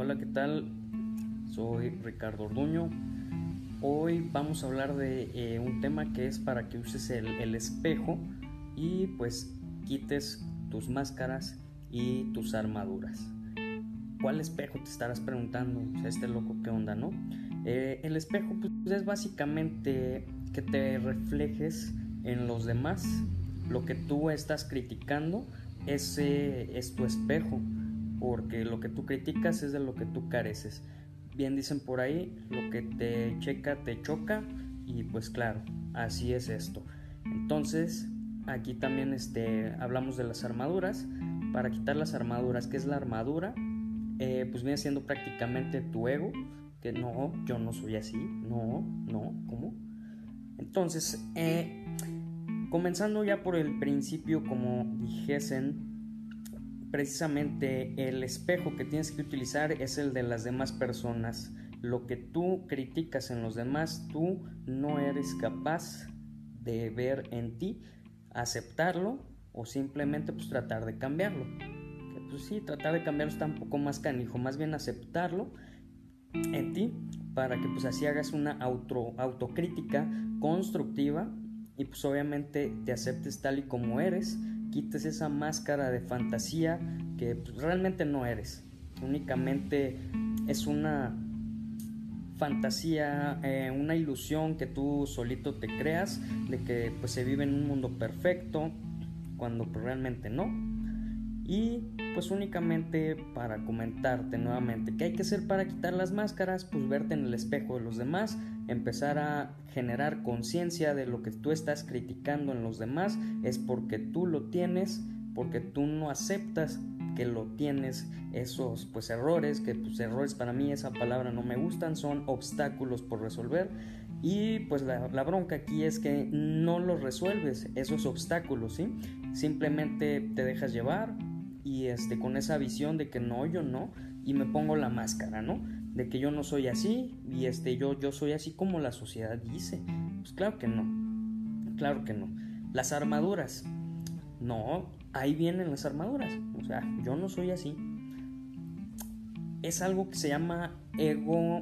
Hola, ¿qué tal? Soy Ricardo Orduño. Hoy vamos a hablar de un tema que es para que uses el espejo y pues quites tus máscaras y tus armaduras. ¿Cuál espejo? Te estarás preguntando. O sea, este loco, ¿qué onda, no? El espejo pues, es básicamente que te reflejes en los demás. Lo que tú estás criticando, ese es tu espejo, porque lo que tú criticas es de lo que tú careces. Bien dicen por ahí, lo que te checa te choca, y pues claro, así es esto. Entonces, aquí también hablamos de las armaduras. Para quitar las armaduras, ¿qué es la armadura? Pues viene siendo prácticamente tu ego, que no, yo no soy así, no, ¿cómo? Entonces, comenzando ya por el principio, como dijesen, precisamente el espejo que tienes que utilizar es el de las demás personas. Lo que tú criticas en los demás, tú no eres capaz de ver en ti, aceptarlo o simplemente pues tratar de cambiarlo. Que pues sí, tratar de cambiarlo está un poco más canijo, más bien aceptarlo en ti para que pues así hagas una autocrítica constructiva y pues obviamente te aceptes tal y como eres, quites esa máscara de fantasía que pues, realmente no eres, únicamente es una fantasía, una ilusión que tú solito te creas de que pues se vive en un mundo perfecto cuando pues realmente no. Y pues únicamente para comentarte nuevamente qué hay que hacer para quitar las máscaras, pues verte en el espejo de los demás, empezar a generar conciencia de lo que tú estás criticando en los demás, es porque tú lo tienes, porque tú no aceptas que lo tienes, esos pues errores, que pues errores para mí esa palabra no me gustan, son obstáculos por resolver. Y pues la bronca aquí es que no los resuelves, esos obstáculos, ¿sí? Simplemente te dejas llevar y con esa visión de que no, yo no, y me pongo la máscara, ¿no? De que yo no soy así y yo soy así como la sociedad dice. Pues claro que no, claro que no. Las armaduras, no, ahí vienen las armaduras, o sea, yo no soy así. Es algo que se llama ego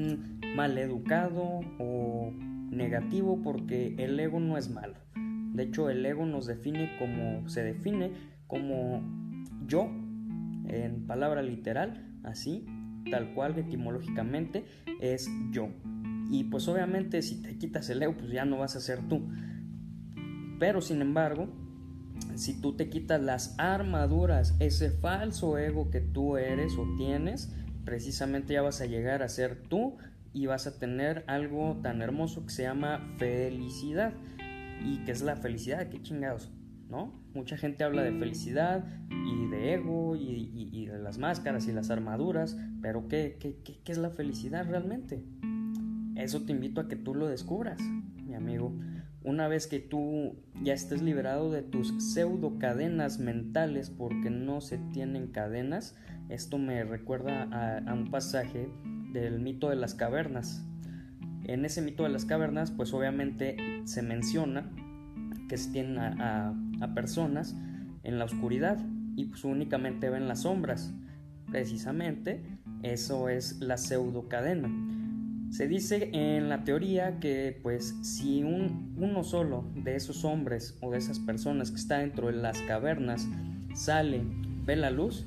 maleducado o negativo, porque el ego no es malo. De hecho, el ego nos define como se define como yo, en palabra literal, así, tal cual, etimológicamente, es yo. Y pues obviamente si te quitas el ego, pues ya no vas a ser tú. Pero sin embargo, si tú te quitas las armaduras, ese falso ego que tú eres o tienes, precisamente ya vas a llegar a ser tú y vas a tener algo tan hermoso que se llama felicidad. ¿Y qué es la felicidad? ¿Qué chingados? ¿No? Mucha gente habla de felicidad y de ego y de las máscaras y las armaduras, pero ¿qué es la felicidad realmente? Eso te invito a que tú lo descubras, mi amigo. Una vez que tú ya estés liberado de tus pseudo cadenas mentales, porque no se tienen cadenas, esto me recuerda a un pasaje del mito de las cavernas. En ese mito de las cavernas, pues obviamente se menciona que se tienen a personas en la oscuridad y pues únicamente ven las sombras. Precisamente eso es la pseudo cadena. Se dice en la teoría que pues si uno solo de esos hombres o de esas personas que está dentro de las cavernas sale, ve la luz,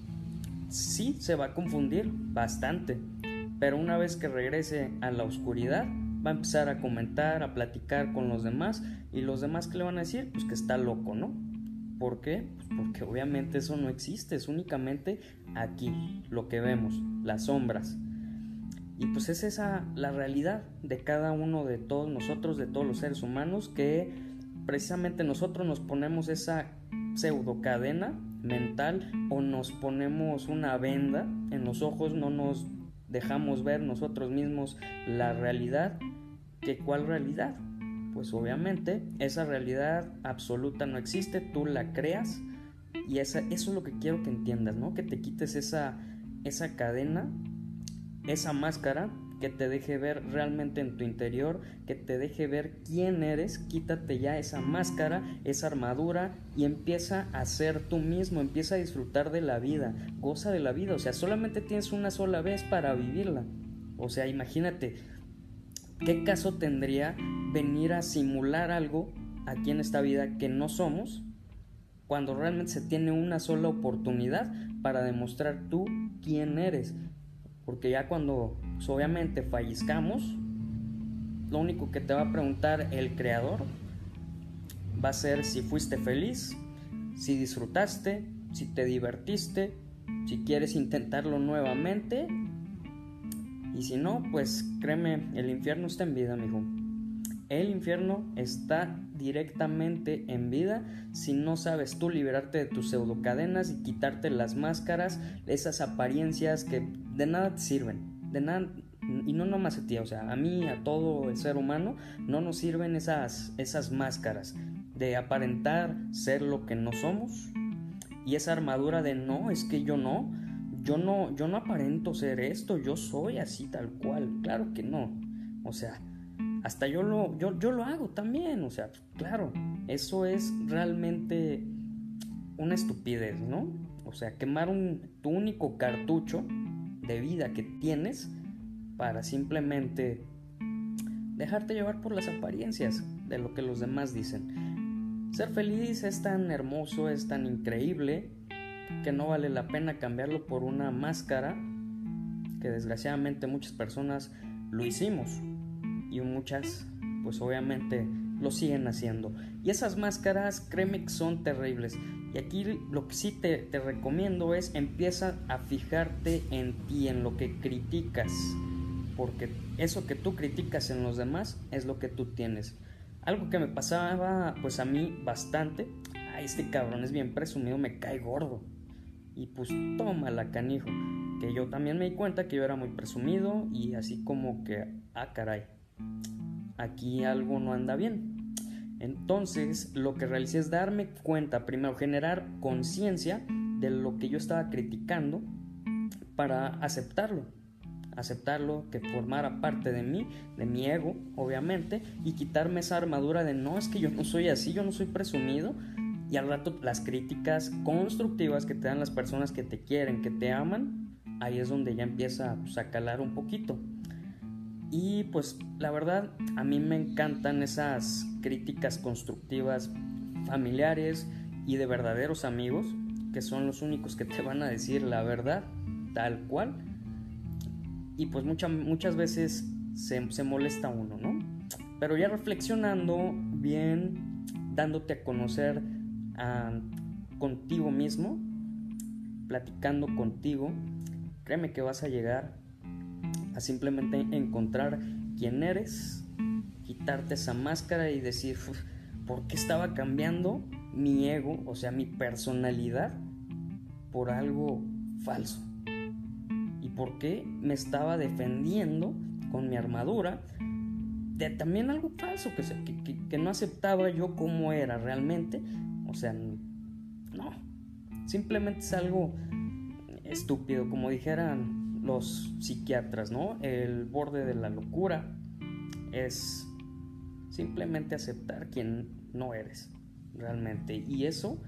sí se va a confundir bastante, pero una vez que regrese a la oscuridad va a empezar a comentar, a platicar con los demás, y los demás ¿qué le van a decir? Pues que está loco, ¿no? ¿Por qué? Pues porque obviamente eso no existe, es únicamente aquí lo que vemos, las sombras. Y pues es esa la realidad de cada uno de todos nosotros, de todos los seres humanos, que precisamente nosotros nos ponemos esa pseudo cadena mental o nos ponemos una venda en los ojos, no nos dejamos ver nosotros mismos la realidad. ¿Que cuál realidad? Pues obviamente esa realidad absoluta no existe, tú la creas, y eso es lo que quiero que entiendas, ¿no? Que te quites esa cadena, esa máscara que te deje ver realmente en tu interior, que te deje ver quién eres. Quítate ya esa máscara, esa armadura y empieza a ser tú mismo, empieza a disfrutar de la vida, goza de la vida. O sea, solamente tienes una sola vez para vivirla. O sea, imagínate, ¿qué caso tendría venir a simular algo aquí en esta vida que no somos, cuando realmente se tiene una sola oportunidad para demostrar tú quién eres? Porque ya cuando pues, obviamente fallezcamos, lo único que te va a preguntar el creador va a ser si fuiste feliz, si disfrutaste, si te divertiste, si quieres intentarlo nuevamente. Y si no, pues créeme, el infierno está en vida, amigo. El infierno está directamente en vida si no sabes tú liberarte de tus pseudocadenas y quitarte las máscaras, esas apariencias que de nada te sirven, de nada. Y no nomás a ti, o sea, a mí, a todo el ser humano, no nos sirven esas máscaras de aparentar ser lo que no somos, y esa armadura de no, es que yo no aparento ser esto, yo soy así tal cual. Claro que no, o sea, hasta yo lo hago también, o sea, claro, eso es realmente una estupidez, ¿no? O sea, quemar tu único cartucho de vida que tienes para simplemente dejarte llevar por las apariencias de lo que los demás dicen. Ser feliz es tan hermoso, es tan increíble, que no vale la pena cambiarlo por una máscara, que desgraciadamente muchas personas lo hicimos y muchas pues obviamente lo siguen haciendo. Y esas máscaras, créeme que son terribles. Y aquí lo que sí te recomiendo es empieza a fijarte en ti, en lo que criticas, porque eso que tú criticas en los demás es lo que tú tienes. Algo que me pasaba pues a mí bastante: este cabrón es bien presumido, me cae gordo. Y pues tómala, canijo. Que yo también me di cuenta que yo era muy presumido y así como que, caray, aquí algo no anda bien. Entonces lo que realicé es darme cuenta, primero generar conciencia de lo que yo estaba criticando para aceptarlo, que formara parte de mí, de mi ego, obviamente, y quitarme esa armadura de no, es que yo no soy así, yo no soy presumido. Y al rato las críticas constructivas que te dan las personas que te quieren, que te aman, ahí es donde ya empieza pues, a calar un poquito. Y pues la verdad, a mí me encantan esas críticas constructivas familiares y de verdaderos amigos, que son los únicos que te van a decir la verdad tal cual. Y pues muchas veces se molesta uno, ¿no? Pero ya reflexionando bien, dándote a conocer contigo mismo, platicando contigo, créeme que vas a llegar a simplemente encontrar quién eres, quitarte esa máscara y decir, ¿por qué estaba cambiando mi ego, o sea, mi personalidad, por algo falso? ¿Y por qué me estaba defendiendo con mi armadura de también algo falso que no aceptaba yo como era realmente? O sea, no, simplemente es algo estúpido, como dijeran los psiquiatras, ¿no? El borde de la locura es simplemente aceptar quien no eres realmente, y eso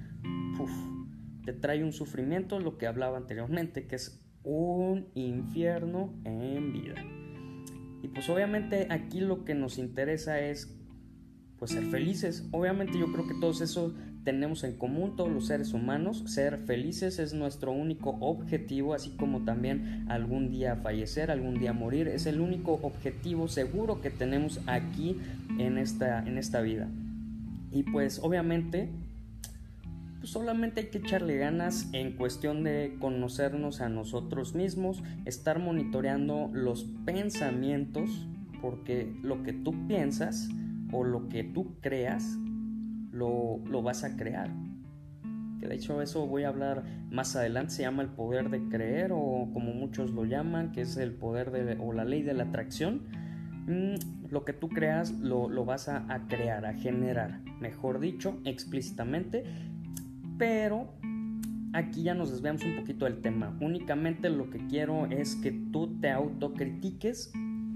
te trae un sufrimiento, lo que hablaba anteriormente, que es un infierno en vida. Y pues obviamente aquí lo que nos interesa es pues ser felices. Obviamente yo creo que todos eso tenemos en común, todos los seres humanos. Ser felices es nuestro único objetivo, así como también algún día fallecer, algún día morir. Es el único objetivo seguro que tenemos aquí en esta vida. Y pues obviamente pues solamente hay que echarle ganas en cuestión de conocernos a nosotros mismos, estar monitoreando los pensamientos, porque lo que tú piensas o lo que tú creas lo vas a crear. Que de hecho eso voy a hablar más adelante, se llama el poder de creer, o como muchos lo llaman, que es el poder o la ley de la atracción. Lo que tú creas lo vas a crear, a generar, mejor dicho, explícitamente. Pero aquí ya nos desviamos un poquito del tema. Únicamente lo que quiero es que tú te autocritiques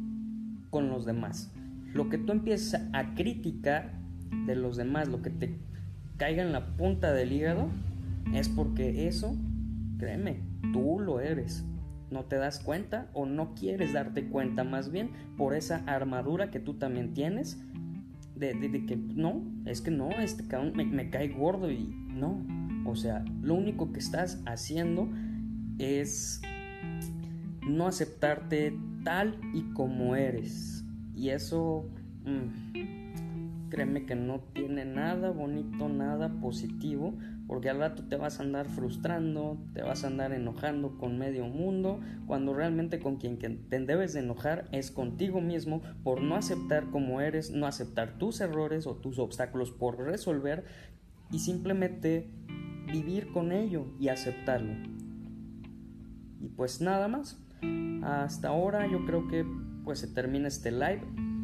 con los demás. Lo que tú empieces a criticar de los demás, lo que te caiga en la punta del hígado, es porque eso, créeme, tú lo eres. No te das cuenta o no quieres darte cuenta, más bien por esa armadura que tú también tienes de que no, es que no, este cabrón me cae gordo y no. O sea, lo único que estás haciendo es no aceptarte tal y como eres. Y eso, créeme que no tiene nada bonito, nada positivo, porque al rato te vas a andar frustrando, te vas a andar enojando con medio mundo, cuando realmente con quien te debes de enojar es contigo mismo por no aceptar como eres, no aceptar tus errores o tus obstáculos por resolver y simplemente vivir con ello y aceptarlo. Y pues nada más. Hasta ahora yo creo que pues se termina este live.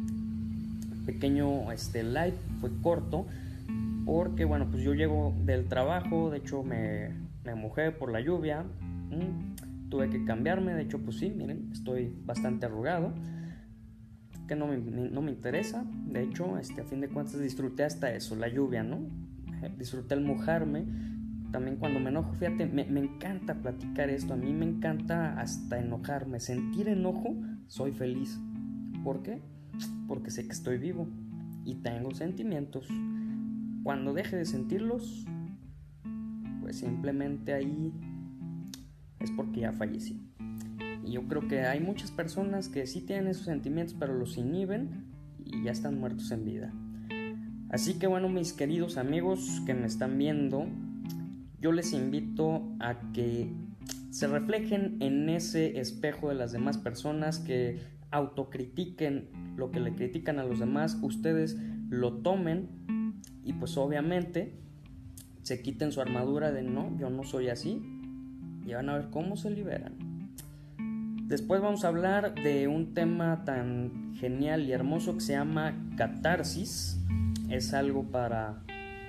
Pequeño live, fue corto porque bueno, pues yo llego del trabajo, de hecho me mojé por la lluvia, tuve que cambiarme, de hecho pues sí, miren, estoy bastante arrugado, que no me interesa, de hecho a fin de cuentas disfruté hasta eso, la lluvia, ¿no? Disfruté el mojarme. También cuando me enojo, fíjate, me encanta platicar esto, a mí me encanta hasta enojarme, sentir enojo, soy feliz. ¿Por qué? Porque sé que estoy vivo y tengo sentimientos. Cuando deje de sentirlos, pues simplemente ahí es porque ya fallecí. Y yo creo que hay muchas personas que sí tienen esos sentimientos, pero los inhiben y ya están muertos en vida. Así que bueno, mis queridos amigos que me están viendo, yo les invito a que se reflejen en ese espejo de las demás personas, que autocritiquen lo que le critican a los demás, ustedes lo tomen y pues obviamente se quiten su armadura de no, yo no soy así, y van a ver cómo se liberan. Después vamos a hablar de un tema tan genial y hermoso que se llama catarsis. Es algo para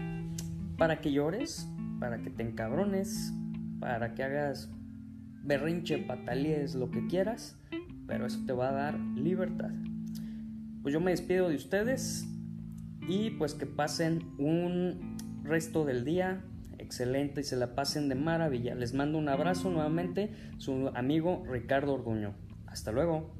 que llores, para que te encabrones, para que hagas berrinche, patalees, lo que quieras, pero eso te va a dar libertad. Pues yo me despido de ustedes y pues que pasen un resto del día excelente y se la pasen de maravilla. Les mando un abrazo nuevamente, su amigo Ricardo Orduño. Hasta luego.